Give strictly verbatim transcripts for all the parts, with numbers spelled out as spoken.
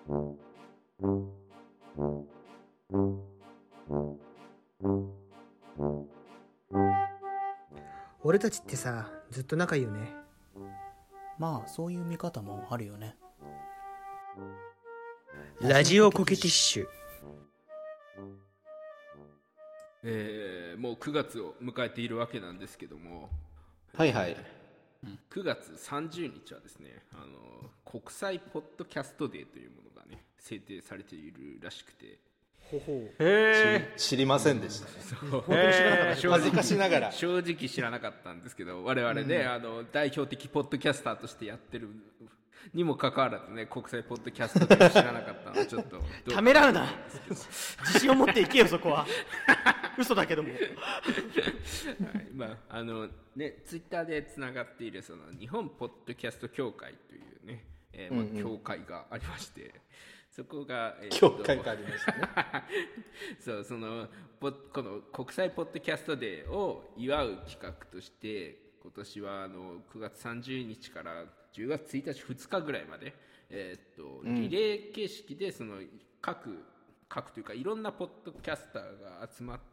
俺たちってさ、ずっと仲いいよね。 まあそういう見方もあるよね。 ラジオコケティッシュ。 えー、もうくがつを迎えているわけなんですけども、 はいはい、 くがつさんじゅうにちはですね、あの国際ポッドキャストデーというものがね制定されているらしくて、 ほほう。 へ知りませんでしたね。 本当に知らなかった。 正恥ずかしながら正直知らなかったんですけど、我々ね、うん、あの代表的ポッドキャスターとしてやってるにもかかわらずね、国際ポッドキャストデー知らなかったのはちょっとためらうな。自信を持っていけよ、そこは。嘘だけども。はい、 まああのね、ツイッターでつながっているその日本ポッドキャスト協会というね、えーまあ、 うんうん、 協会がありまして、そこが、 えー、協会がありましたね。 そう、そのこの国際ポッドキャストデーを祝う企画として、今年はあのくがつさんじゅうにちからじゅうがつついたちふつかぐらいまで、えー、っとリレー形式でその各各というかいろんなポッドキャスターが集まって、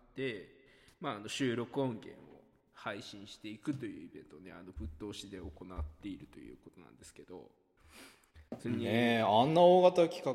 まあ、あの収録音源を配信していくというイベントをね、あのぶっ通しで行っているということなんですけど、 それにね、あんな大型企画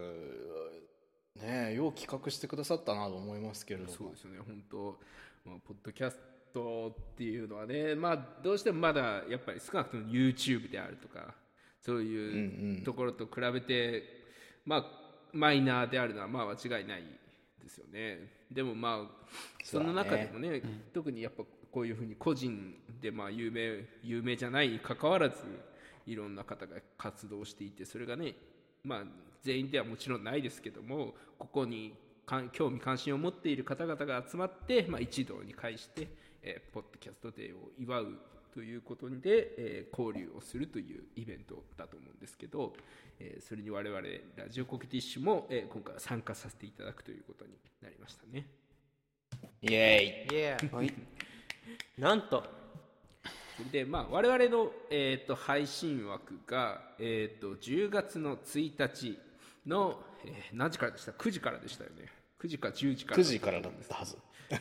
ね、よう企画してくださったなと思いますけれども。 そうですね、本当、まあ、ポッドキャストっていうのはね、まあ、どうしてもまだやっぱり少なくとも YouTube であるとかそういうところと比べて、うんうん、まあマイナーであるのはまあ間違いないですよね。でもまあその中でもね、うん、特にやっぱこういうふうに個人でまあ有名有名じゃないにかかわらずいろんな方が活動していて、それがね、まあ全員ではもちろんないですけども、ここに興味関心を持っている方々が集まって、まあ、一堂に会して、えー、ポッドキャストデーを祝うということで、えー、交流をするというイベントだと思うんですけど、えー、それに我々ラジオコケティッシュも、えー、今回は参加させていただくということになりましたね。 イエーイ、 イエーイなんとで、まあ、我々の、えー、と配信枠が、えー、とじゅうがつのついたちの、えー、何時からでした？くじからでしたよね。くじかじゅうじからくじからだったはず。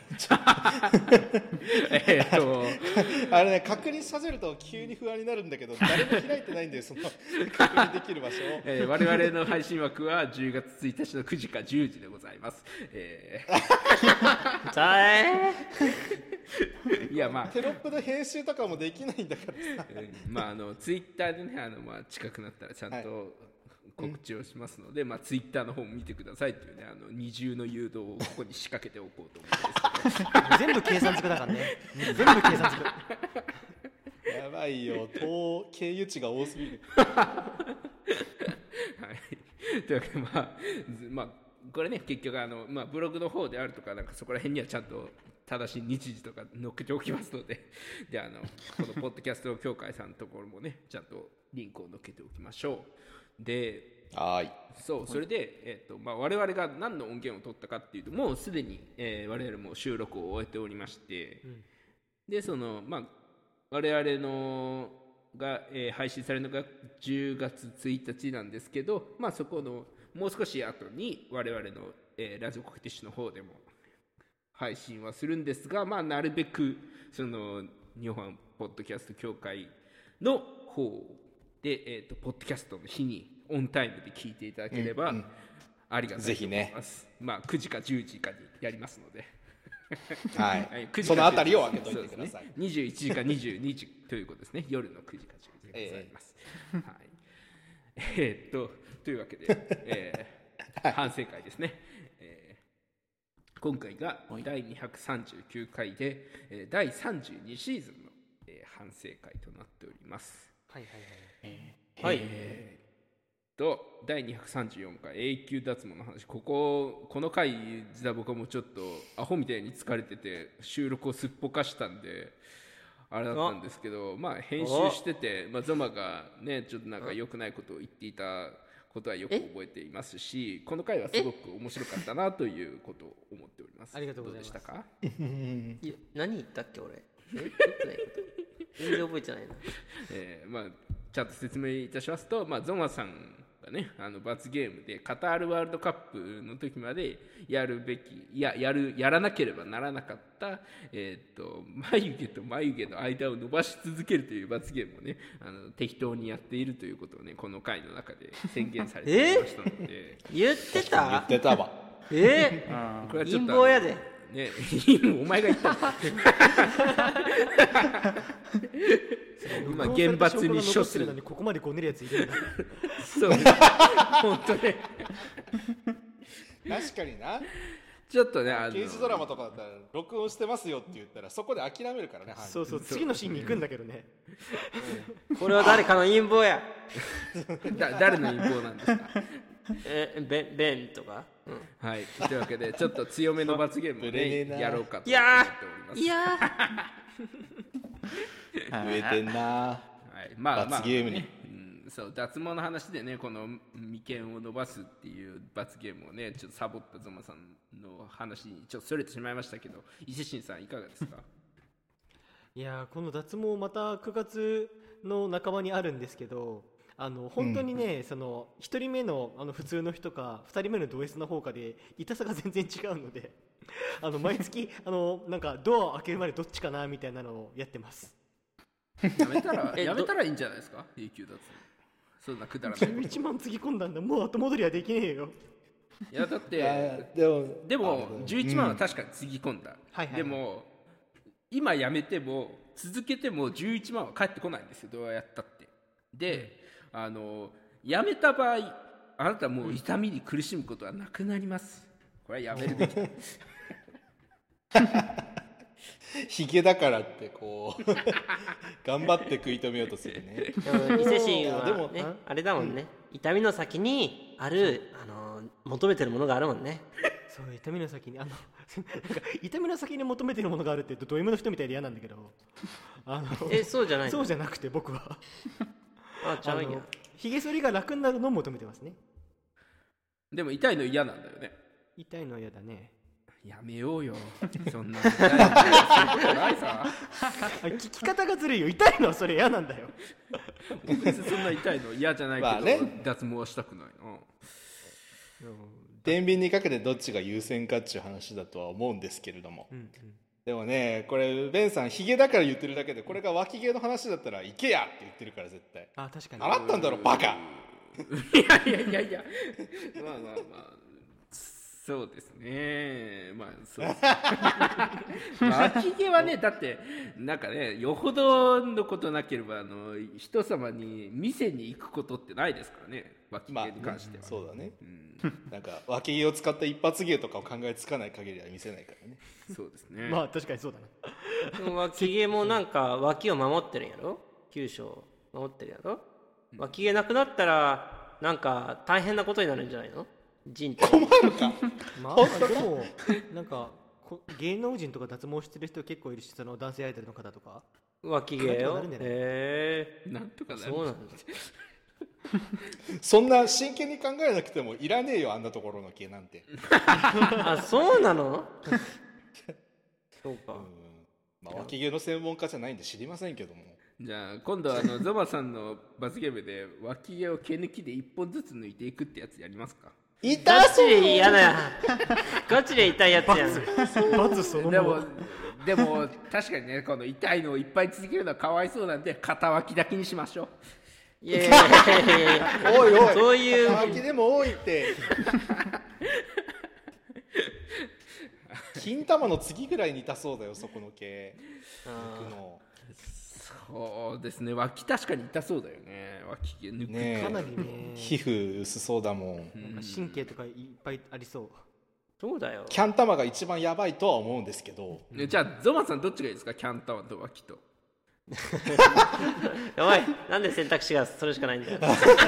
えっとあれね、確認させると急に不安になるんだけど、誰も開いてないんでその確認できる場所を、 えー、我々の配信枠はじゅうがつついたちのくじかじゅうじでございます。えー、いや、まあテロップの編集とかもできないんだからさ、 えー、まああのツイッターでね、あの、まあ、近くなったらちゃんと、はい、告知をしますので、うん、まあ、ツイッターの方も見てくださいというね、あの二重の誘導をここに仕掛けておこうと思うんですけど全部計算づくだからね全部計算づくやばいよ、経由値が多すぎるはい、というわけで、まあ、まあ、これね、結局あの、まあ、ブログの方であるとか、なんかそこら辺にはちゃんと正しい日時とか載っけておきますので、で、あのこのポッドキャスト協会さんのところもね、ちゃんとリンクを載っけておきましょう。で、 はいそう、それで、えーとまあ、我々が何の音源を取ったかっていうと、もうすでに、えー、我々も収録を終えておりまして、うん、でその、まあ、我々のが、えー、配信されるのがじゅうがつついたちなんですけど、まあ、そこのもう少し後に我々の、えー、ラジオコケティッシュの方でも配信はするんですが、まあ、なるべくその日本ポッドキャスト協会の方で、えーと、ポッドキャストの日にオンタイムで聞いていただければ、うんうん、ありがたいと思います。ぜひね、まあ、くじかじゅうじかにやりますので、 はい、そのあたりを開けといてください。 ね、にじゅういちじかにじゅうにじということですね。夜のくじかじゅうじでございます。えー、はい、えー、っとというわけで、えー、反省会ですね。えー、今回がだいにひゃくさんじゅうきゅうかいで、えー、だいさんじゅうにシーズンの、えー、反省会となっております。 はいはいはい。 えー、はい。えーとだいにひゃくさんじゅうよんかい永久脱毛の話、こここの回実は僕はもうちょっとアホみたいに疲れてて収録をすっぽかしたんであれだったんですけど、まあ編集してて、まあ、ゾマがねちょっとなんか良くないことを言っていたことはよく覚えていますし、この回はすごく面白かったなということを思っております。 ありがとうございます。 どうでしたか？ いや何言ったっけ俺言ってないこと全然覚えてないな。 えー、まあちゃんと説明いたしますと、まあ、ゾマさんがね、あの罰ゲームでカタールワールドカップの時までやるべき、いや、やる、やらなければならなかった、えー、っと眉毛と眉毛の間を伸ばし続けるという罰ゲームをね、あの適当にやっているということをね、この回の中で宣言されていましたので言ってた言ってたわ。 えあこれはちょっと陰謀やで。 ね、お前が言った今厳罰に処するのにここまでこねるやついるんだ。 そう本当ね確かにな。 ちょっとね、あの刑事ドラマとかだったら録音してますよって言ったらそこで諦めるからね。 そうそう、次のシーンに行くんだけどね。 これは誰かの陰謀や。 だ誰の陰謀なんですか。 えベンベンとか、うん、 はい、というわけでちょっと強めの罰ゲームをぶれねえなねやろうかといや思っております。 いや増えてんな。 はい、まあまあ、 罰ゲームにね、うん、そう脱毛の話でね、この眉間を伸ばすっていう罰ゲームをねちょっとサボったゾマさんの話にちょっとそれてしまいましたけど、伊勢神さんいかがですか。 いやー、この脱毛またくがつの半ばにあるんですけど、あの本当にね、うん、そのひとりめ の, あの普通の人かふたりめのド S の方かで痛さが全然違うのであの毎月あのなんかドアを開けるまでどっちかなみたいなのをやってます。 やめたらやめたらいいんじゃないですか、永久脱毛。そんなくだらない。 じゅういちまんつぎ込んだんだ、もう後戻りはできねえよ。 いやだってでもでもじゅういちまんは確かにつぎ込んだ、 はいはいはい、 でも今やめても続けてもじゅういちまんは返ってこないんですよ、どうやったって。で、あのやめた場合あなたもう痛みに苦しむことはなくなります。これはやめるべきだ。 ヒゲだからってこう頑張って食い止めようとするね。 伊勢神はでもね、あれだもんね、痛みの先にある、あの求めてるものがあるもんね。 そう、痛みの先にあのなんか痛みの先に求めてるものがあるって言うとド M の人みたいで嫌なんだけど、あのえそうじゃないの？ そうじゃなくて僕はあちゃうやん。 ひげ剃りが楽になるのを求めてますね。 でも痛いの嫌なんだよね。 痛いのは嫌だね。 やめようよ。そんな痛いのないさ。 聞き方がずるいよ。痛いのはそれ嫌なんだよ。 別にそんな痛いの嫌じゃないけど、まあね、脱毛はしたくないな。 天秤にかけてどっちが優先かっていう話だとは思うんですけれども、うんうん、でもね、これベンさんヒゲだから言ってるだけで、これが脇毛の話だったら行けやって言ってるから絶対。 あ、確かに習ったんだろバカ。 いやいやいやいや、まあまあまあそうですね、まあそうですね。脇毛はね、だってなんかね、よほどのことなければあの人様に店に行くことってないですからね、脇毛に関しては。 まあ、そうだね、うん、なんか脇毛を使った一発芸とかを考えつかない限りは見せないからね。 そうですね。 まあ確かにそうだな。 でも脇毛もなんか脇を守ってるんやろ、急所を守ってるやろ、うん、脇毛なくなったらなんか大変なことになるんじゃないの？人困るか。 まあでもなんか芸能人とか脱毛してる人結構いるし、その男性アイドルの方とか脇毛よ。へえー、なんとかなる。 そうなんだ。 そんな真剣に考えなくてもいらねえよ、あんなところの毛なんて。 あ、そうなの？そうか。うん、 まあ、脇毛の専門家じゃないんで知りませんけども。 じゃあ今度はあのゾマさんの罰ゲームで脇毛を毛抜きで一本ずつ抜いていくってやつやりますか？ 痛ガチで嫌だよ。ガチで痛いやつやん。 罰そのもの。 でもでも確かにね、この痛いのをいっぱい続けるのはかわいそうなんで、片脇だけにしましょう。 いやいやいやいやおいおい、 そういう片脇でも多いって。金玉の次ぐらいに痛そうだよ、そこの毛抜くの。 そうですね、脇確かに痛そうだよね、脇毛抜く、 ね、 かなりね。 皮膚薄そうだもん、うん、 なんか神経とかいっぱいありそう。 そうだよ。 キャン玉が一番やばいとは思うんですけど、 うん、じゃあゾマさんどっちがいいですか？キャン玉と脇と。 やばい、なんで選択肢がそれしかないんだよ。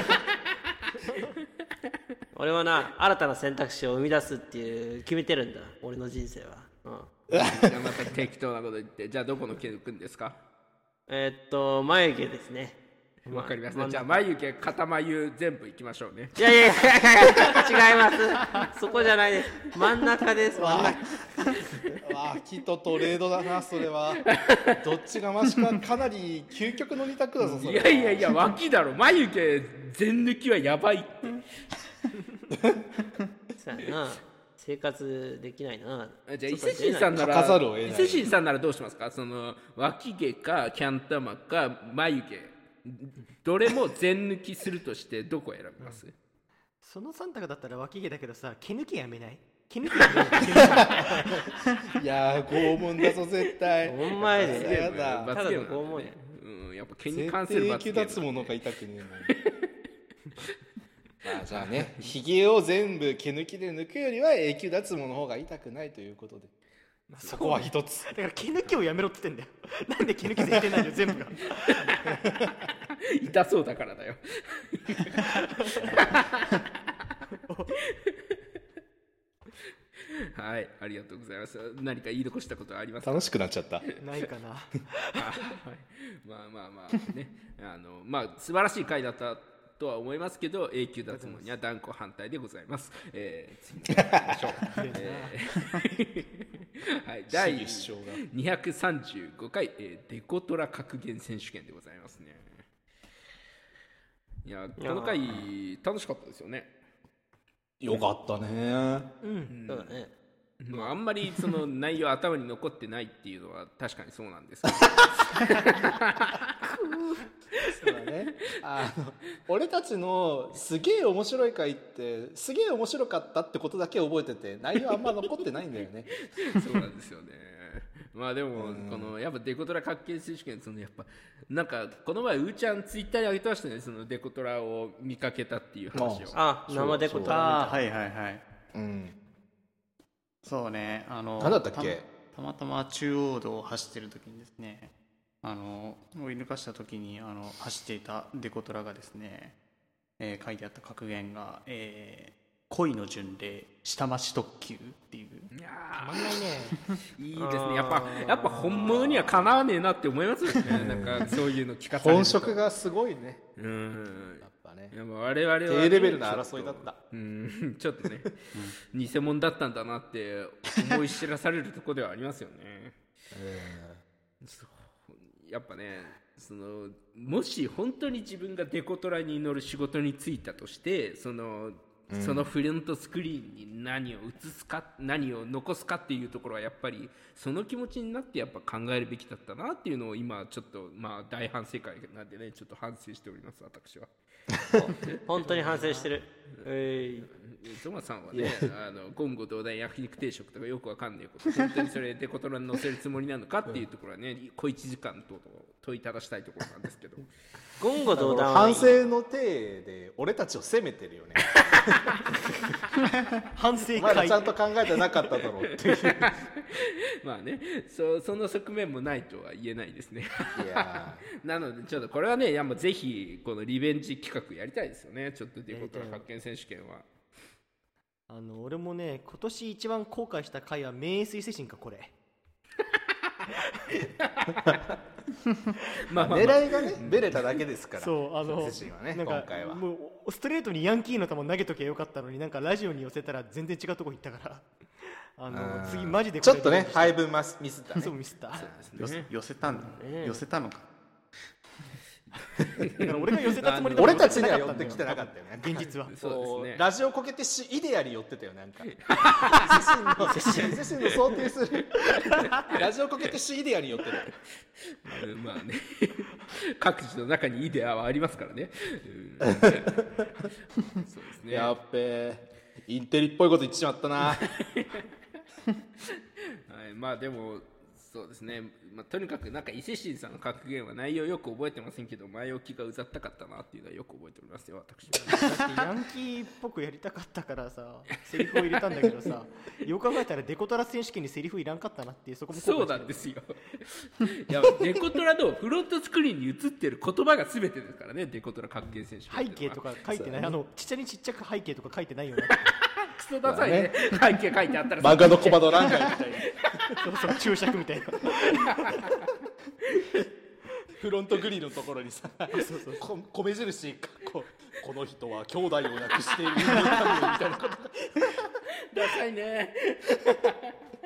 俺はな、新たな選択肢を生み出すっていう決めてるんだ、俺の人生は。うん、 じゃあまた適当なこと言って、じゃあどこの毛抜くんですか？ えー、っと眉毛ですね。 わかりました、まあ、じゃあ眉毛肩眉全部いきましょうね。 いやいやいや違います。そこじゃないです。真ん中です。真ん中。 脇とトレードだなそれは。どっちがマシかかなり究極の二択だぞそれ。 いやいやいや脇だろ、眉毛全抜きはやばいって。 そうやな、生活できないな。 じゃあ伊勢神さんなら伊勢神さんならどうしますか？その脇毛かキャン玉か眉毛どれも全抜きするとしてどこを選びます？うん、 そのさん択だったら脇毛だけどさ、毛抜きやめない？毛抜きやめないいやー拷問だぞ絶対。 ほんまやで。 やだただの拷問や。 うん、やっぱ毛に関する罰ゲーム。 絶対脱毛のが痛くねえもん。まあじゃあね、ひげを全部毛抜きで抜くよりは永久脱毛の方が痛くないということで、そこは一つ。 だから毛抜きをやめろって言ってんだよ。なんで毛抜き全然ないの全部が。 痛そうだからだよ。はい、ありがとうございます。何か言い残したことはありますか？ 楽しくなっちゃった。 ないかな。 あ、はい、まあまあまあね、あのまあ素晴らしい回だったとは思いますけど、永久脱毛には断固反対でございます。えー、次に行きましょう。えーはい、だいにひゃくさんじゅうごかい、えー、デコトラ格言選手権でございますね。いや、この回楽しかったですよね。 よかったね。 うん、そうだね。 まあ、あんまりその内容頭に残ってないっていうのは確かにそうなんですけどそうだね、あの俺たちのすげえ面白い回ってすげえ面白かったってことだけ覚えてて内容あんま残ってないんだよね。 そうなんですよね。まあでも、このやっぱデコトラ格言選手権、そのやっぱなんかこの前うーちゃんツイッターに上げてましたね、そのデコトラを見かけたっていう話を。 あ、生デコトラ。 あ、はいはいはい。 うん。 そうね、あの何だったっけ？ たまたま中央道を走ってる時にですね、あの追い抜かした時にあの走っていたデコトラがですね、えー、書いてあった格言が、えー恋の巡礼下町特急っていう。 いやたまんないね。 いいですね。やっぱやっぱ本物にはかなわねえなって思いますよね。なんかそういうの聞かされると。 本色がすごいね。 うん。 やっぱね。 やっぱ我々は、ね、 低レベルな争いだった。 うん。ちょっとね、うん、偽物だったんだなって思い知らされるところではありますよね。やっぱね、そのもし本当に自分がデコトラに乗る仕事に就いたとして、そのそのフロントスクリーンに何を映すか何を残すかっていうところはやっぱりその気持ちになってやっぱ考えるべきだったなっていうのを今ちょっとまあ大反省会なんでね、ちょっと反省しております私は。 本当に反省してる。えー、ゾマさんはね、あの言語道断焼肉定食とかよくわかんないこと、本当にそれデコトラに載せるつもりなのかっていうところはね、小一時間と問いただしたいところなんですけど。 言語道断反省の体で俺たちを責めてるよね。 反省会。 お前らちゃんと考えてなかっただろうっていう。 まあね、そその側面もないとは言えないですね。 いやなのでちょっとこれはね、いやもうぜひこのリベンジ企画やりたいですよね。ちょっとデコトラ発見選手権は。 あの俺もね、今年一番後悔した回は名水精神かこれ。 まあ狙いがねベレただけですから。 そうあの精神はね、 なんか今回はもうストレートにヤンキーの球投げときゃよかったのに、なんかラジオに寄せたら全然違うとこ行ったからあの次マジでちょっとね配分ミスったね。 そうミスった。 寄せ寄せたんだ、ね、寄せたのか。 だから俺が寄せたつもりだ。 俺たちには寄ってきてなかったよね。 現実は。 そうですね。 ラジオコケティッシュイデアリ寄ってたよなんか。自身の想定するラジオコケティッシュイデアに寄ってた。 まあね、各自の中にイデアはありますからね。うん、そうですね。 やっべー、インテリっぽいこと言ってしまったな。はい、 まあでも。そうですね、まあ、とにかくなんか伊勢神さんの格言は内容よく覚えてませんけど、前置きがうざったかったなっていうのはよく覚えておりますよ私は。 だってヤンキーっぽくやりたかったからさセリフを入れたんだけどさ、よく考えたらデコトラ選手権にセリフいらんかったなっていう、そこもそうなんですよ。いやデコトラのフロントスクリーンに映ってる言葉が全てですからね、デコトラ格言選手権。 背景とか書いてない、ね、あのちっちゃにちっちゃく背景とか書いてないよな。 クソダサいね、背景書いてあったら漫画のコマの欄外みたいな。 そうそう注釈みたいな。 フロントグリルのところにさ、そうそうこ米印ここの人は兄弟を亡くしているみたいなこと。 ダサいね。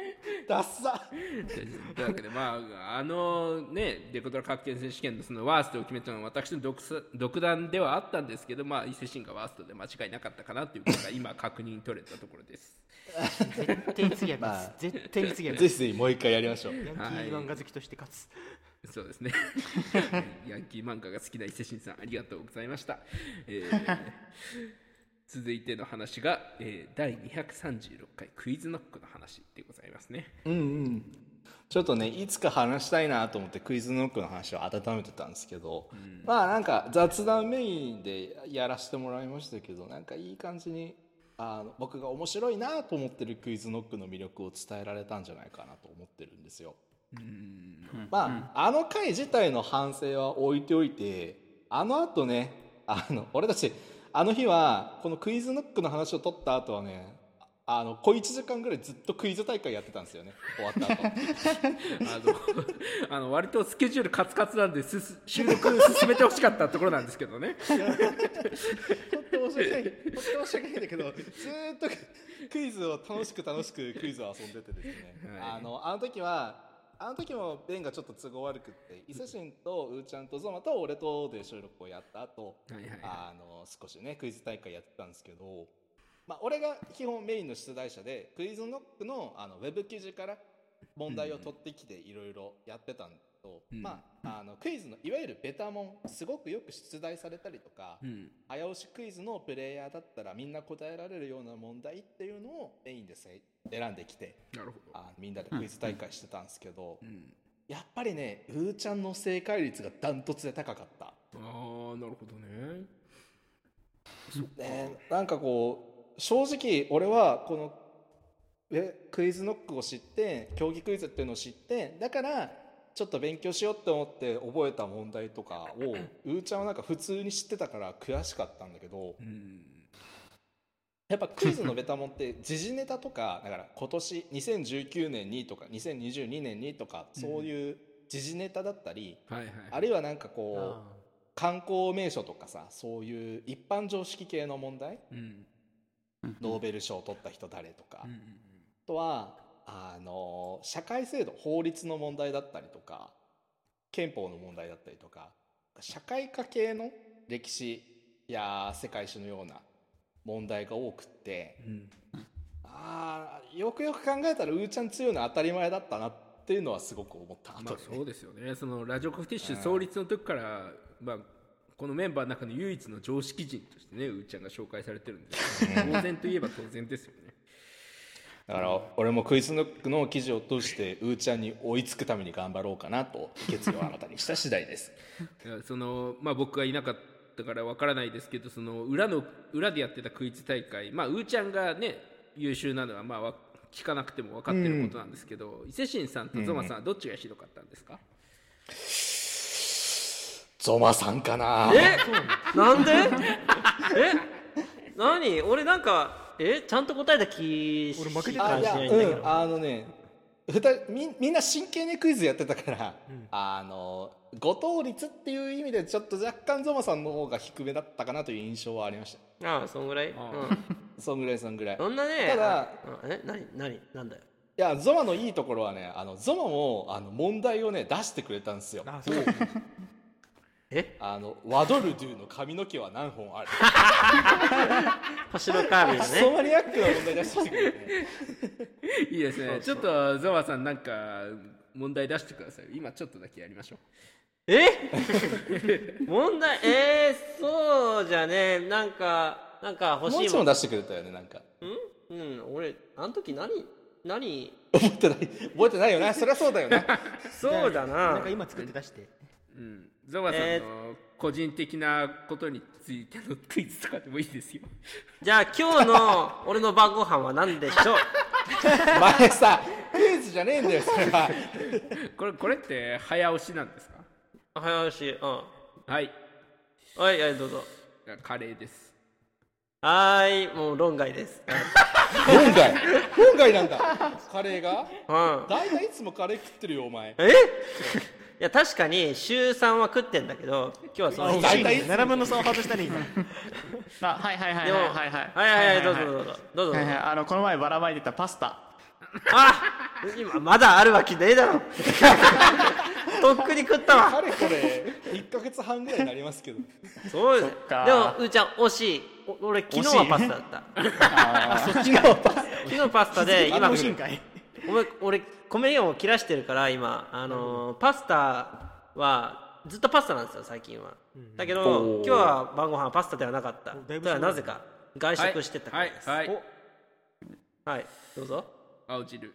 ダッサというわけで、まあ、あのね、デコトラ各県選手権のそのワーストを決めたのは私の独さ独断ではあったんですけど、まあ、伊勢神がワーストで間違いなかったかなということが今確認取れたところです。 絶対次はまあ勝つ。絶対に次はぜ勝ひぜひもう一回やりましょう。 つ。ヤンキー漫画好きとして勝つ。 そうですね。ヤンキー漫画が好きな伊勢神さん、ありがとうございました。えー続いての話が、えー、だいにひゃくさんじゅうろっかいクイズノックの話でございますね。 うんうん。ちょっとねいつか話したいなと思ってクイズノックの話を温めてたんですけど、うん、まあなんか雑談メインでやらせてもらいましたけど、なんかいい感じにあの僕が面白いなと思ってるクイズノックの魅力を伝えられたんじゃないかなと思ってるんですよ。うんまあ、あの回自体の反省は置いておいて、あの後ねあの俺たちあの日はこのクイズノックの話を取った後はね、あの小いちじかんぐらいずっとクイズ大会やってたんですよね、終わった後あのあの割とスケジュールカツカツなんで収録進めてほしかったところなんですけどね。 本当申し訳ない本当申し訳ないんだけど、ずっとクイズを楽しく楽しくクイズを遊んでてですね、はい、あのあの時はあの時もベンがちょっと都合悪くって伊勢神とうーちゃんとゾマと俺とで収録をやった後、はいはいはい、あの少しねクイズ大会やってたんですけど、まあ、俺が基本メインの出題者でクイズノック の, あのウェブ記事から問題を取ってきていろいろやってたんだけど、うんまあ、あのクイズのいわゆるベタ問すごくよく出題されたりとか、うん、早押しクイズのプレイヤーだったらみんな答えられるような問題っていうのをメインで選んできて、なるほど、あみんなでクイズ大会してたんですけど、うんうん、やっぱりねうーちゃんの正解率がダントツで高かった。あーなるほどね。 ねなんかこう正直俺はこのえクイズノックを知って競技クイズっていうのを知ってだからちょっと勉強しようって思って覚えた問題とかをうーちゃんはなんか普通に知ってたから悔しかったんだけど、うん、やっぱクイズのベタもんって時事ネタとかだから今年にせんじゅうきゅうねんにとかにせんにじゅうにねんにとかそういう時事ネタだったり、うんはいはい、あるいはなんかこう観光名所とかさそういう一般常識系の問題、うん、ノーベル賞を取った人誰とか、うん、あとはあの社会制度法律の問題だったりとか憲法の問題だったりとか社会科系の歴史や世界史のような問題が多くって、うん、あよくよく考えたらうーちゃん強いのは当たり前だったなっていうのはすごく思った、 まあ、そうですよね。そのラジオコフティッシュ創立の時から、まあ、このメンバーの中の唯一の常識人としてねうーちゃんが紹介されてるんですけど当然といえば当然ですよね。 だから俺もクイズノックの記事を通してうーちゃんに追いつくために頑張ろうかなと決意を新たにした次第です。 その、まあ、僕がいなかったからわからないですけどその 裏, の裏でやってたクイズ大会、まあ、うーちゃんがね優秀なのはまあ聞かなくても分かってることなんですけど、うん、伊勢神さんとゾマさんはどっちがひどかったんですか？ ゾマさんかな。 えなんでえ何俺なんかえちゃんと答えた気俺負けてたかもしれないんだけど、うん、あのねふたみ, みんな真剣にクイズやってたから、うん、あの誤答率っていう意味でちょっと若干ゾマさんの方が低めだったかなという印象はありました。 ああそんぐらい、うん、 そんぐらいそんぐらいそんなね。 ただえ何何なんだよ。 いやゾマのいいところはねあのゾマもあの問題をね出してくれたんですよ。あそうえあのワドルドゥの髪の毛は何本ある星のカービィのねソマニアックな問題出してくれて、ね、 いいですね。そうそうちょっとゾマさんなんか問題出してください。今ちょっとだけやりましょう。 え問題えー、そうじゃねなんかなんか欲しいもん。 もう一問出してくれたよねなんか。 うんうん俺あの時何何覚えてない覚えてないよなそりゃそうだよなそうだななんか今作って出して、 うん、ゾマさんの個人的なことについてのクイズとかでもいいですよ。 じゃあ今日の俺の晩ご飯は何でしょう前さクイズじゃねえんだよそれはこれこれって早押しなんですか？ 早押しうんはいはいはいどうぞ。 カレーです。 はーいもう論外です。 論外論外なんだカレーが。 うんだいたいいつもカレー食ってるよお前。 えいや確かに週さんは食ってんだけど今日はその大体ななぶんのさんを外したね今あはいはいはいはいはいはいはいはいはいどうぞどうぞどうぞ、 はいはい、あのこの前ばらまいてたパスタあ今まだあるわけねえだろとっくに食ったわ。 かれこれいっかげつはんぐらいになりますけどそうそっかでもうーちゃん惜しい。お俺昨日はパスタだったあーそっちがパス昨日パスタで今今進会お前俺米を切らしてるから今あのーパスタはずっとパスタなんですよ最近は。だけど今日は晩ご飯はパスタではなかった。それだいぶはなぜか外食してたからはいです。 はいはいはいどうぞ。 青汁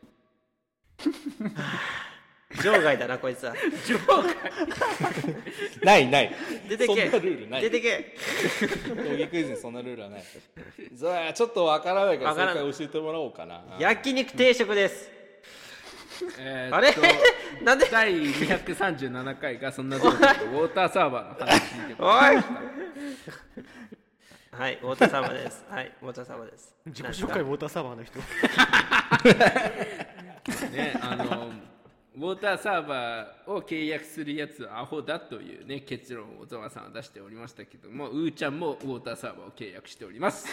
場外だなこいつは。 ないない出てけそんなルールない出てけ。 競技クイズにそんなルールはないそれはちょっとわからないからわからん正解教えてもらおうかな。 焼肉定食です。 えーあれっとなんでだいにひゃくさんじゅうななかいがそんなところでウォーターサーバーの話聞いておいはいウォーターサーバーですはいウォーターサーバーです。 自己紹介ウォーターサーバーの人ね、あのウォーターサーバーを契約するやつはアホだという、ね、結論をゾマさんは出しておりましたけども、うーちゃんもウォーターサーバーを契約しております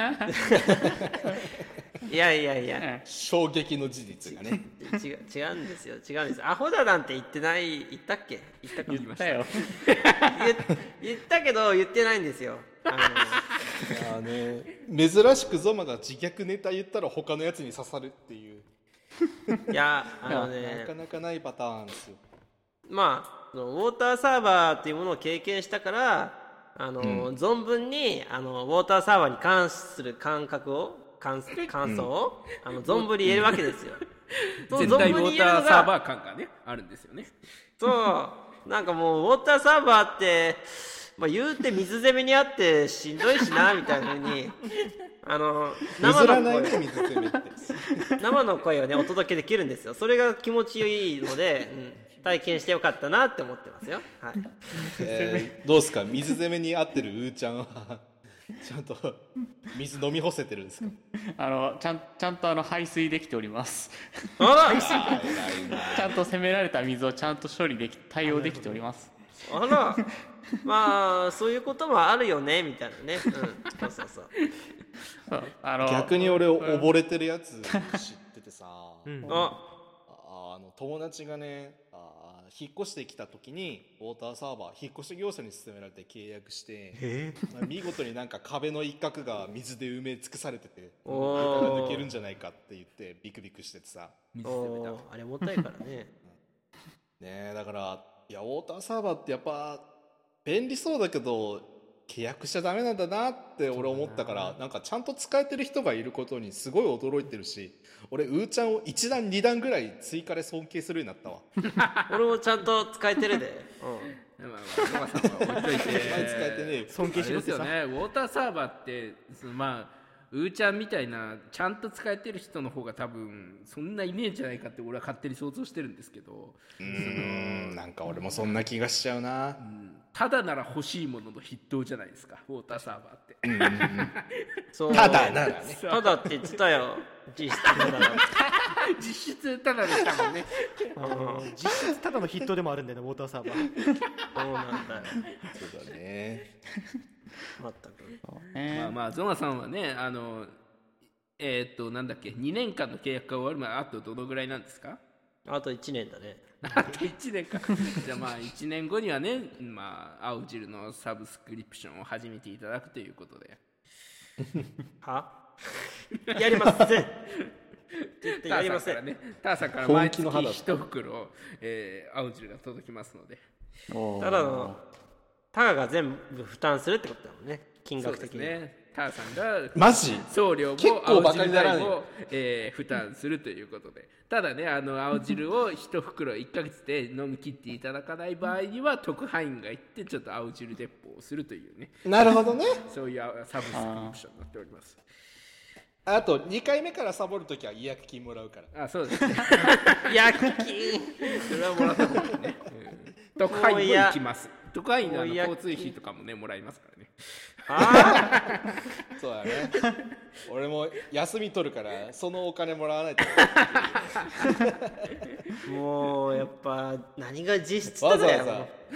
いやいやいや衝撃の事実がね違う違うんですよ違うんです。アホだなんて言ってない言ったっけ言ったか言いましたよ言言ったけど言ってないんですよ。あいやね珍しくゾマが自虐ネタ言ったら他のやつに刺さるっていうのいやあのなねかなかないパターンですよ。 まあそのウォーターサーバーっていうものを経験したからあの、 うん存分にあのウォーターサーバーに関する感覚を感感想を、あの存分に言えるわけですよ。そう絶対ウォータ存分に言えるのがーサーバー感がねあるんですよね。 そうなんかもうウォーターサーバーって、まあ、言うて水攻めにあってしんどいしなみたいな風にあの生譲らないねの声水攻めって生の声をねお届けできるんですよ。それが気持ちいいので、うん、体験してよかったなって思ってますよ。はい、 えーどうですか水攻めに合ってるうーちゃんはちゃんと水飲み干せてるんですか。 あのちゃんちゃんとあの排水できております。 あらあー偉いなちゃんと攻められた水をちゃんと処理でき対応できております。 あらまあそういうこともあるよねみたいなね、うん、そうそうそうそうあの逆に俺溺れてるやつ知っててさ、 うんあああの友達がねあー引っ越してきた時にウォーターサーバー引っ越し業者に勧められて契約してえまあ見事になんか壁の一角が水で埋め尽くされてておこれからー抜けるんじゃないかって言ってビクビクしててさ水攻めだおーあれ重たいからねねえだからいやウォーターサーバーってやっぱ便利そうだけど契約しちゃダメなんだなって俺思ったからなんかちゃんと使えてる人がいることにすごい驚いてるし俺うーちゃんをいち段に段ぐらい追加で尊敬するようになったわ俺もちゃんと使えてるで、 まあまあゾマさんは置いといて前使えてねえよ尊敬あれですよしろってさ、 ねウォーターサーバーってそのまあうーちゃんみたいなちゃんと使えてる人の方が多分そんないねえんじゃないかって俺は勝手に想像してるんですけど、 うーんなんか俺もそんな気がしちゃうなうんただなら欲しいものの筆頭じゃないですかウォーターサーバーってそうただならねただって言ってたよ実質ただだ実質ただでしたもんねうん実質ただのヒットでもあるんだよねウォーターサーバーそうなんだよそうだねまったくまあまあゾマさんはねあのえーっとなんだっけにねんかんの契約が終わるまであとどのぐらいなんですか。 あといちねんだねあといちねんかじゃあまあいちねんごにはねまあ青汁のサブスクリプションを始めていただくということではやりません絶対ターやりませんさんからねターさんから本毎月気の肌一袋、えー青汁が届きますのでただのタガが全部負担するってことだもんね金額的に、 そうですねターさんがマジ送料も結構バカにならない青汁代も、えー負担するということでただねあの青汁を一袋いっかげつで飲み切っていただかない場合には特派員が行ってちょっと青汁鉄砲をするというねなるほどねそういうサブスクリプションになっておりますあとにかいめからサボるときは違約金もらうからあそうですね薬金それはもらった方がいいね、うん特派員も行きます特派員のあのもういや交通費とかもねもらいますからねあそうだね俺も休み取るからそのお金もらわないとあもうやっぱ何が実質わざわだよ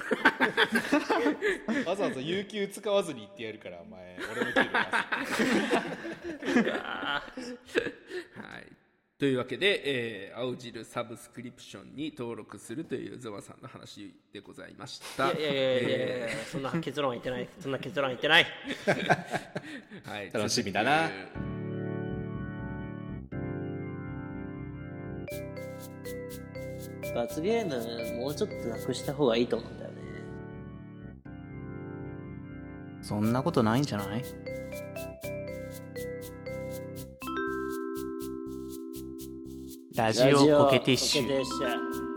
ざわざわざ有給使わずに行ってやるからお前俺の給料出すはいというわけで、えー、青汁サブスクリプションに登録するというゾマさんの話でございました。 いやいやいやいやいや、えー、そんな結論は言ってないそんな結論は言ってないはい、 楽しみだな。 罰ゲームもうちょっとなくした方がいいと思うんだよね。 そんなことないんじゃない？ラジオコケティッシュ。 コケティッシュ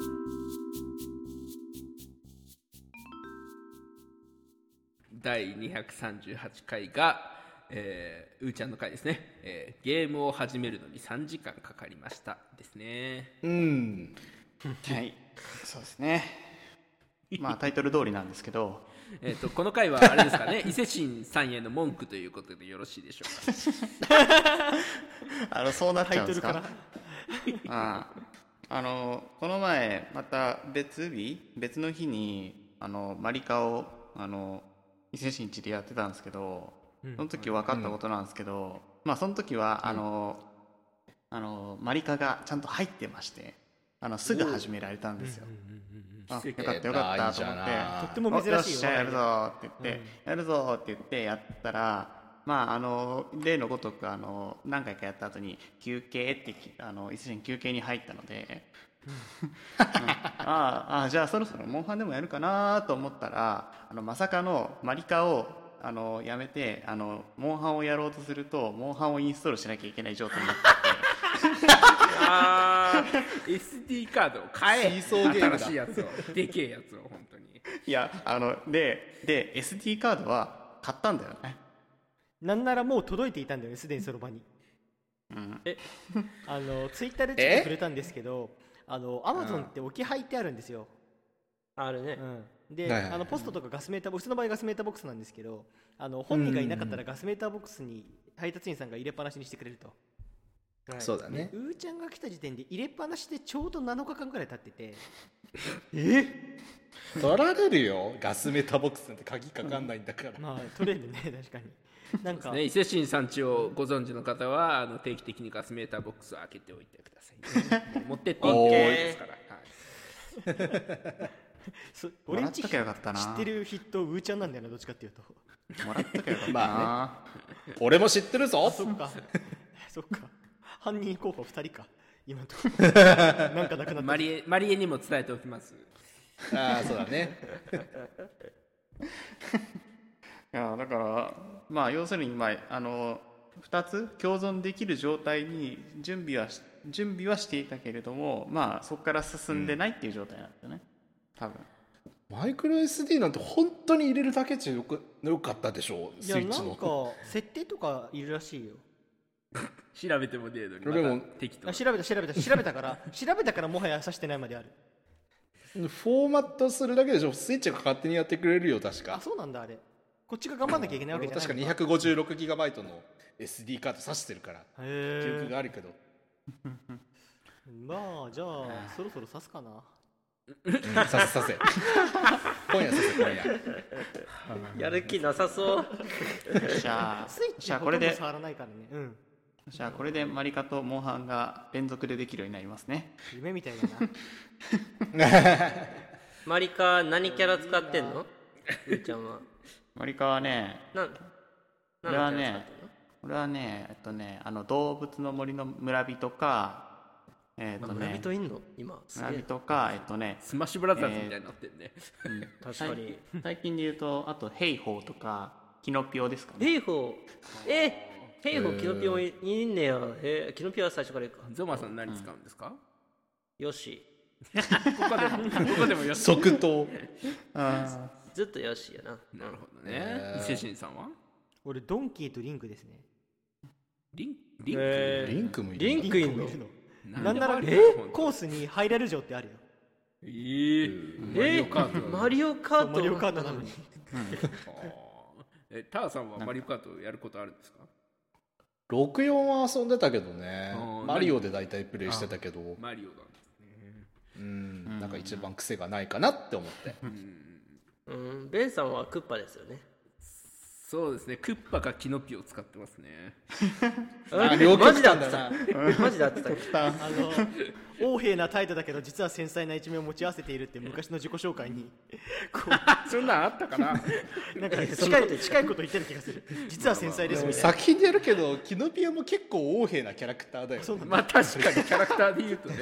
だいにひゃくさんじゅうはちかいが、えー、うーちゃんの回ですね、えー、ゲームを始めるのにさんじかんかかりましたですね。 うんはい、そうですね。まあタイトル通りなんですけどえーとこの回はあれですかね伊勢神さんへの文句ということでよろしいでしょうか。 あのそうなっちゃうんですか。 タイトああのこの前また別日別の日にあのマリカをあの伊勢神地でやってたんですけど、その時分かったことなんですけど、まあその時はあの、あのマリカがちゃんと入ってまして、あのすぐ始められたんですよ。あ、よかったよかったと思って、 とっても珍しいよ。 よっしゃやるぞって言って、うん、やるぞって言ってやったら、まああの例のごとくあの何回かやった後に休憩ってあの伊勢神休憩に入ったので、うん、ああじゃあそろそろモンハンでもやるかなと思ったら、あのまさかのマリカをあのやめてあのモンハンをやろうとするとモンハンをインストールしなきゃいけない状態になっててあー エスディー カードを買え、 シーソーゲームだ新しいやつをでけえやつを本当に。 いやあのでで エスディー カードは買ったんだよね。 なんならもう届いていたんだよね、すでにその場に。 うん、 えあのツイッターでちょっと触れたんですけど、あのアマゾンって置き配ってあるんですよ。 あるね。 うん、で、 はいはいはい、 あのポストとかガスメーターボックス、うちの場合ガスメーターボックスなんですけど、あの本人がいなかったらガスメーターボックスに配達員さんが入れっぱなしにしてくれると。 はい、 そうだね。 うーちゃんが来た時点で入れっぱなしでちょうどなのかかんくらい経っててえ取られるよ、ガスメーターボックスなんて鍵かかんないんだから、うん、 まあ取れるね確かに。なんか、 ね、伊勢神さん家をご存知の方はあの定期的にガスメーターボックスを開けておいてください、ね、もう持ってっていいって多いですから、はい、 そ俺んち知もらっときゃよかったな。 ってる筆頭うーちゃんなんだよな、どっちかっていうと。 もらっときゃよかったな。 まあね、俺も知ってるぞ。 そっかそっか、犯人候補ふたりか今のところ。なんかなくなったマリエマリエにも伝えておきます。 ああそうだね。 いやだからまあ要するに今あのふたつ共存できる状態に準備は準備はしていたけれども、まあそこから進んでないっていう状態なんですよね、多分。 マイクロ エスディー なんて本当に入れるだけじゃよくよかったでしょ。 いやスイッチのなんか設定とかいるらしいよ。 調べても程度にでもまた適当あ調べた調べた調べたから調べたからもはや指してないまである。 フォーマットするだけでしょ。スイッチが勝手にやってくれるよ確か。 あそうなんだ。あれこっちが頑張んなきゃいけないわけじゃないのか。 確か にひゃくごじゅうろくギガバイト の エスディー カード挿してるからへ記憶え。 があるけど、 まあじゃあそろそろ指すかな。 うん、させさせ今夜させ今夜やる気なさそうじゃあスイッチはほとんど触らないからね。うんじゃあこれでマリカとモンハンが連続でできるようになりますね。 夢みたいだな。 マリカ何キャラ使ってんのうーちゃんは。 マリカはねなこれは何のキャラ使ってんのねこれはねえっとねあの動物の森の村人かえっとね村人いんの今すげえ村人かえっとねスマッシュブラザーズみたいになってるね、 確かに。 最近で言うとあとヘイホーとかキノピオですかね。 ヘイホーえヘイホーキノピオもいいんねや。えキノピオは最初からいいか。 ゾマさん何使うんですか、 よしここでもここでもよし即答。 あずっとよしやな。 なるほどね、 えー伊勢神さんは俺ドンキーとリンクですね。 リンリンク、 えーリンクもいるリンクいんのリンクもいるの。 ななんならえコースに入れる城ってあるよ。 えー、マリオカートマリオカートマリオカートなのに。 えターさんはマリオカートやることあるんですか？ ろくじゅうよんは遊んでたけどねあー。 マリオで大体プレイしてたけど、 マリオなんですね。 うんなんか一番癖がないかなって思って。 うんベンさんはクッパですよね。 そうですね、クッパかキノピオを使ってますね。 あ両極マジだ端だな。 マジだってたっけあの横柄な態度だけど実は繊細な一面を持ち合わせているって昔の自己紹介にこそんなんあったかな。 うなんか近い近いこと言ってる気がする。実は繊細ですみたいな。 作品でやるけどキノピオも結構横柄なキャラクターだよ、ね。 そうなんだ。 まあ確かにキャラクターで言うとね。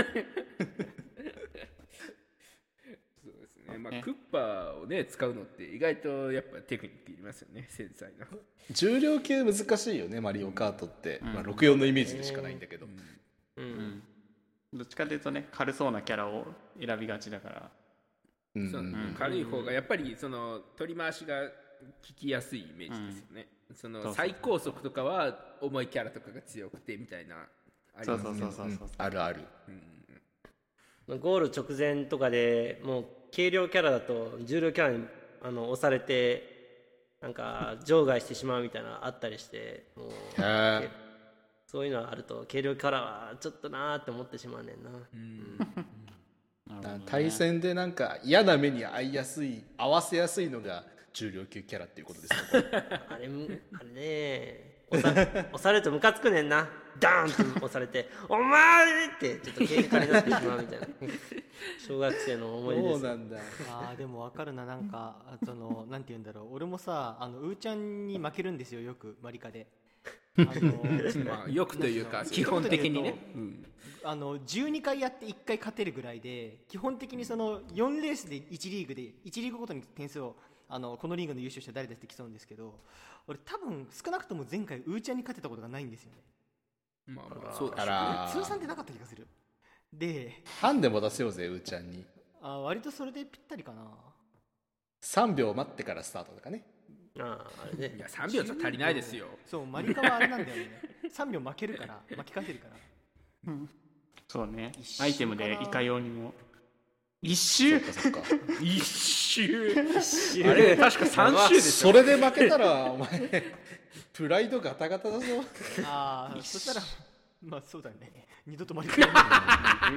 そうですね。まあクッパをね使うのって意外とやっぱテクニックいりますよね。繊細な。 重量級難しいよねマリオカートって、まあ、ろくよんのイメージでしかないんだけど、 うんうんどっちかというとね軽そうなキャラを選びがちだからうんうんそううん軽い方がやっぱりその取り回しが効きやすいイメージですよね。そそうそうの最高速とかは重いキャラとかが強くてみたいなありそうそうますね。 そうそうそうあるある。 ゴール直前とかでもう軽量キャラだと重量キャラにあの押されてなんか場外してしまうみたいなのあったりしてもうへーそういうのがあると軽量キャラはちょっとなーって思ってしまうねんな。 なるほどね対戦でなんか嫌な目に遭いやすい合わせやすいのが重量級キャラっていうことですね。 あれむあれね押さ押されるとムカつくねんな。ダーンって押されて「お前!」ってちょっと喧嘩になってしまうみたいな小学生の思い出です。 そうなんだ。 あーでも分かるな。なんかそのなんて言うんだろう、俺もさあのうーちゃんに負けるんですよよくマリカで。あのまあよくというかなんて基本的にね一言で。 うんあのじゅうにかいやっていっかい勝てるぐらいで基本的にそのよんレースでいちリーグでいちリーグごとに点数をあのこのリーグの優勝者誰だって競うんですけど、俺多分少なくとも前回うーちゃんに勝てたことがないんですよね。 まあまあそうでしょうね。 あら通算ってなかった気がする。でハンデも出せようぜうーちゃんに。 あ割とそれでぴったりかな。 さんびょう待ってからスタートとかね。 あああれねいやさんびょうじゃ足りないですよ。 そうマリカはあれなんだよね。さんびょう負けるから巻き返せるからそうね一周アイテムでかないかようにも一そ周っかそっか。 一周あれ確かさん周でしょ。 それで負けたらお前プライドガタガタだぞ。 ああそしたらまあそうだね二度とマリカや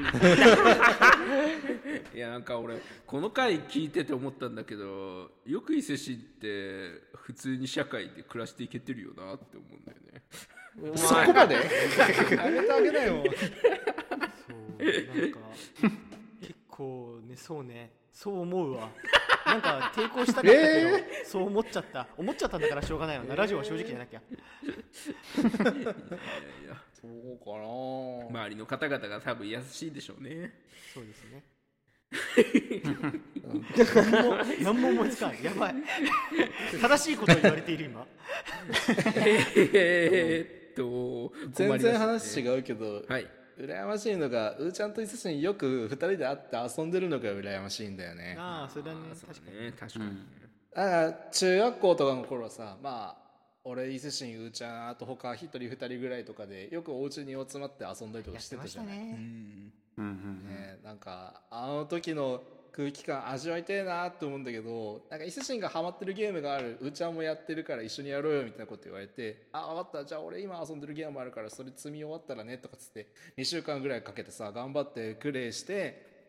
いやなんか俺この回聞いてて思ったんだけどよく伊勢神って普通に社会で暮らしていけてるよなって思うんだよね。 そこまでやめてあげなよ。 そうなんか結構ねそうねそう思うわ。なんか抵抗したかったけど、 えそう思っちゃった思っちゃったんだからしょうがないよな。ラジオは正直じゃなきゃ。 いやいやそうかな。 周りの方々が多分優しいでしょうね。 そうですね。何も何も思いつかん。やばい。正しいことを言われている今。 えーっと全然話う。 違うけど、 はい。 羨ましいのがうーちゃんと伊勢神よくふたりで会って遊んでるのが羨ましいんだよね。 ああそれはねあーそう確かに。 ね確かにね。 ああ中学校とかの頃はさ、まあ俺伊勢神うーちゃんあと他一人二人ぐらいとかでよくお家に集まって遊んだりとかしてたじゃない。 ね。 うんうんうんね、なんかあの時の空気感味わいたいなって思うんだけど、なんか伊勢神がハマってるゲームがある、うーちゃんもやってるから一緒にやろうよみたいなこと言われて、あ分かった、じゃあ俺今遊んでるゲームあるからそれ積み終わったらねとかつってにしゅうかんぐらいかけてさ頑張ってクレイして、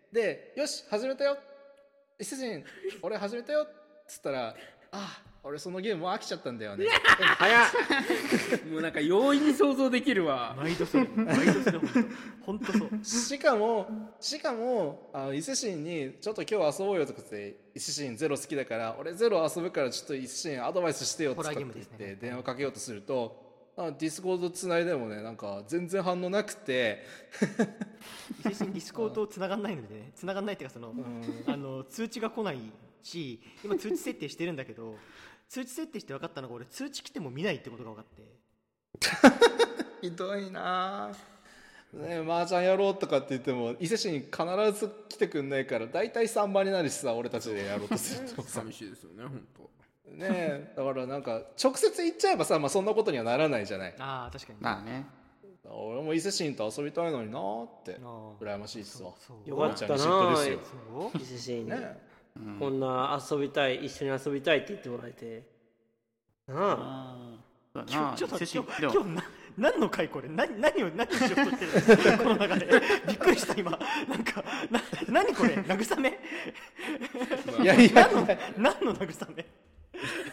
でよし始めたよ伊勢神俺始めたよっつったら、あ俺そのゲームもう飽きちゃったんだよね。 早っもうなんか容易に想像できるわ。 毎度それ毎度それ本当本当そう。 しかもしかもあの伊勢神にちょっと今日遊ぼうよとかって伊勢神ゼロ好きだから俺ゼロ遊ぶからちょっと伊勢神アドバイスしてよとかって言っホラーゲームですねて電話かけようとすると、あディスコードつないでもねなんか全然反応なくて伊勢神ディスコード繋がんないのでね繋がんないっていうかそのあの通知が来ないし今通知設定してるんだけど通知設定して分かったのが俺通知来ても見ないってことが分かってひどいなねえ麻雀やろうとかって言っても伊勢神必ず来てくんないから大体さんばんになるしさ俺たちでやろうとするとさ寂しいですよね本当。 ねえだからなんか直接言っちゃえばさ、まあ、そんなことにはならないじゃない。 ああ確かにまあね俺も伊勢神と遊びたいのになーってあー羨ましいっすわ。 そうよかったなおばあちゃんに嫉妬ですよそう伊勢神に、 ねこんな遊びたい一緒に遊びたいって言ってもらえてなあそうだ今な日ちょっと今伊勢神でも日今日な何の回これ何何を何をしようとしてるこの中でびっくりした今なんかな何これ慰めいやいや何の何の慰め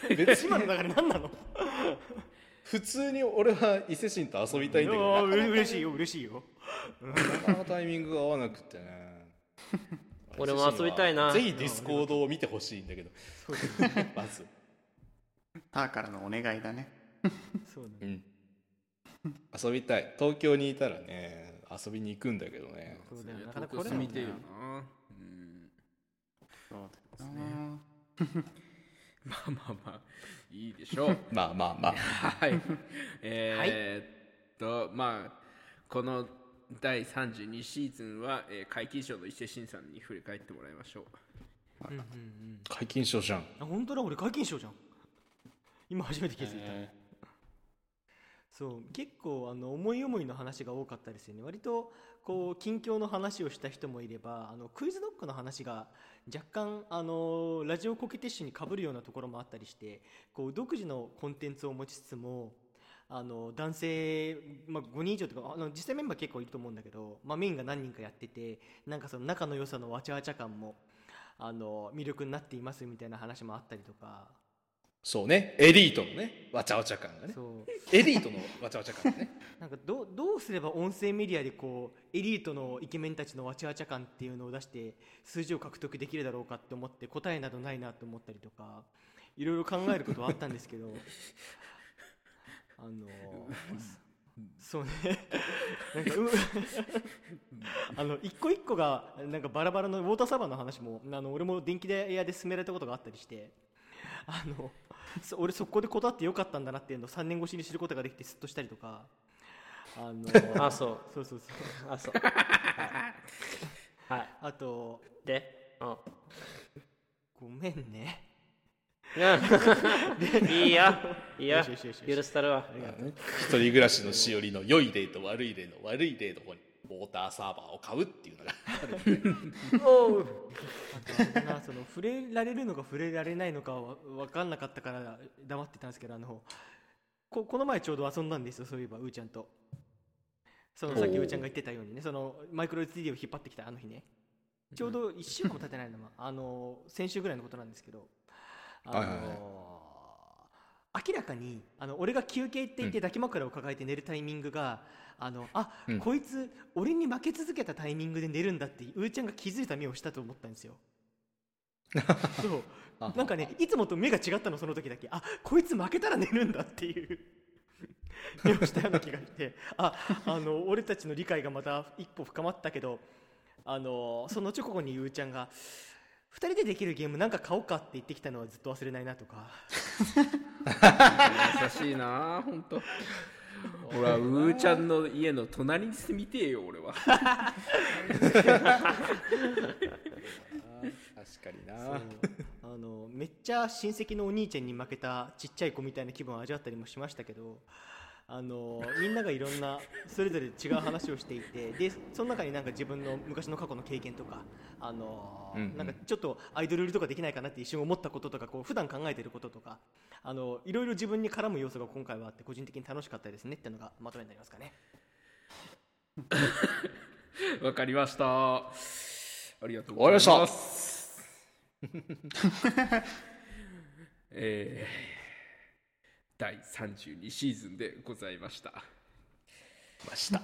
別に今の流れ何なの？ 普通に俺は伊勢神と遊びたいんだけいやど、なかなかー嬉しいよ嬉しいよ。 なかなかタイミングが合わなくてね。 俺も遊びたいな。 ぜひディスコードを見てほしいんだけど、 そうだね。 まず、 ターからのお願いだね。 そうだね。 うん、遊びたい。東京にいたらね遊びに行くんだけどね。 そうだよなかなか東京住みてえよこれだもんね。 な。うんそうだよな。 まあまあまあいいでしょう。 まあまあまあはい。えー、っと、まあ、このだいさんじゅうにシーズンは、えー、皆勤賞の伊勢神さんに振り返ってもらいましょう。 うんうんうん。 皆勤賞じゃん。 あ本当だ俺皆勤賞じゃん。今初めて気づいた。 えそう結構あの思い思いの話が多かったですよね。割とこう近況の話をした人もいれば、あのクイズノックの話が若干あのラジオコケティッシュに被るようなところもあったりして、こう独自のコンテンツを持ちつつも、あの男性、まあ、ごにん以上とかあの実際メンバー結構いると思うんだけど、まあ、メインが何人かやってて、なんかその仲の良さのわちゃわちゃ感もあの魅力になっていますみたいな話もあったりとか。 そうね、エリートのねわちゃわちゃ感がね、 そうエリートのわちゃわちゃ感がねなんかどどうすれば音声メディアでこうエリートのイケメンたちのわちゃわちゃ感っていうのを出して数字を獲得できるだろうかって思って、答えなどないなと思ったりとかいろいろ考えることはあったんですけどあのそうねなんかうあの一個一個がなんかバラバラのウォーターサーバーの話もあの俺も電気屋で進められたことがあったりして、あのそ俺そこで断ってよかったんだなっていうのをさんねん越しに知ることができてスッとしたりとか、あのあそうそうそうそうあそうはい、はい、 あとでうんごめんねうんいいよいいよよしよしよしよし許したるわ。 一人暮らしのしおりの良い例と悪い例の悪い例の方にウォーターサーバーを買うっていうのがおうあとなその触れられるのか触れられないのかは分かんなかったから黙ってたんですけど、あのここの前ちょうど遊んだんですよ、そういえばうーちゃんと。そのさっきうーちゃんが言ってたようにね、そのマイクロ エスディー を引っ張ってきたあの日ね、ちょうどいっしゅうかんも経ってないのはあの先週ぐらいのことなんですけど、あの、 はいはいはい明らかにあの俺が休憩って言って抱き枕を抱えて寝るタイミングが、あのあ、 うん、 こいつ俺に負け続けたタイミングで寝るんだってうーちゃんが気づいた目をしたと思ったんですよそうなんかね、いつもと目が違ったの、その時だけ。あ、こいつ負けたら寝るんだっていう目をしたような気がして、あ、あの俺たちの理解がまた一歩深まったけど、あのその直後にうーちゃんがふたりでできるゲームなんか買おうかって言ってきたのはずっと忘れないなとか優しいな本当。俺はうーちゃんの家の隣に住みてえよ俺は。 確かになあのめっちゃ親戚のお兄ちゃんに負けたちっちゃい子みたいな気分を味わったりもしましたけど、あのみんながいろんなそれぞれ違う話をしていて、でその中になんか自分の昔の過去の経験とか、あの、 うんうん、 なんかちょっとアイドル売りとかできないかなって一瞬思ったこととか、こう普段考えていることとか、あのいろいろ自分に絡む要素が今回はあって個人的に楽しかったですねっていうのがまとめになりますかね。 わかりました。ありがとうございます。 終わりましたえー、だいさんじゅうにシーズンでございました。 ました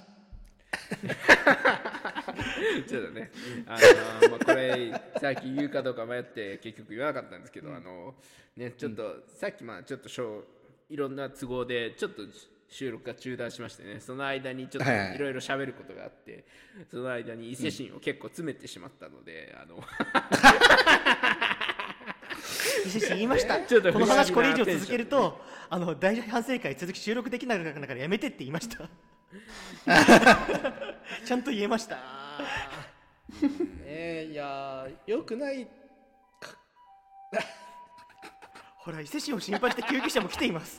ちょっとね、あのまあ、これさっき言うかどうか迷って結局言わなかったんですけど、あのねちょっと、うん、さっきまあちょっとショーいろんな都合でちょっと収録が中断しましてね、その間にちょっといろいろ喋ることがあって、はいはい、その間に伊勢神を結構詰めてしまったので、うん、あの伊勢神言いましたちょっとこの話これ以上続けるとあの大反省会続き収録できないからやめてって言いましたちゃんと言えましたえー、いやよくないほら伊勢神を心配して救急車も来ています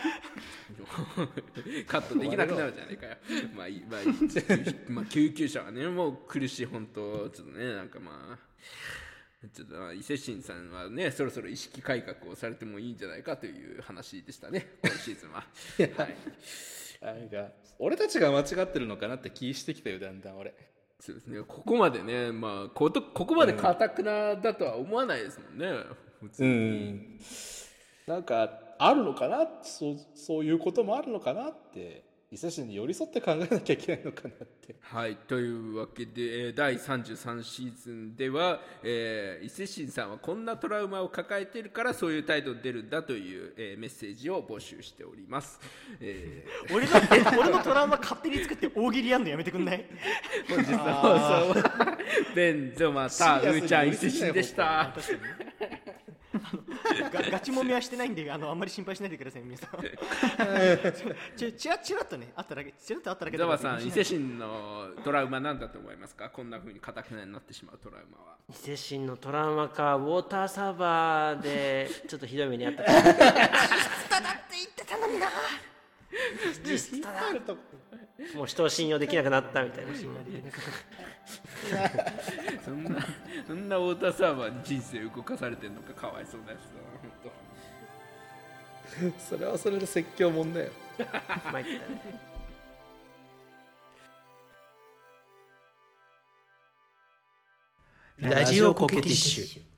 カットできなくなるじゃないかよまあいい、まあいいまあ、救急車はねもう苦しい本当ちょっとねなんかまあちょっと伊勢神さんはねそろそろ意識改革をされてもいいんじゃないかという話でしたね今シーズンは。はいなんか俺たちが間違ってるのかなって気してきたよだんだん俺。 そうですね、ここまでねまあこ, ここまで堅くなだとは思わないですもんね、うん、普通に、 うん、 なんかあるのかな、そうそういうこともあるのかなって、伊勢神に寄り添って考えなきゃいけないのかなって。 はい、というわけでだいさんじゅうさんシーズンでは、えー、伊勢神さんはこんなトラウマを抱えているからそういう態度に出るんだという、えー、メッセージを募集しております、えー、 俺の俺のトラウマ勝手に作って大喜利やんのやめてくんない？ 本日の放送はベンゾマタウーちゃん伊勢神でした。 ガ, ガチもみはしてないんで、あのあんまり心配しないでください皆さん。ちちらちらっとねあっただけ、ちらっとあっただけで。 ザワさん、伊勢神のトラウマなんだと思いますか？こんな風に固くなになってしまうトラウマは。 伊勢神のトラウマか、ウォーターサーバーでちょっとひどい目にあったから。実スタだって言ってたのにな。実スタだ。もう人を信用できなくなったみたいな。 そんなそんなウォーターサーバーに人生動かされてるのか、かわいそうなやつだな本当。 それはそれで説教もんだよ。 参ったね。 ラジオコケティッシュ。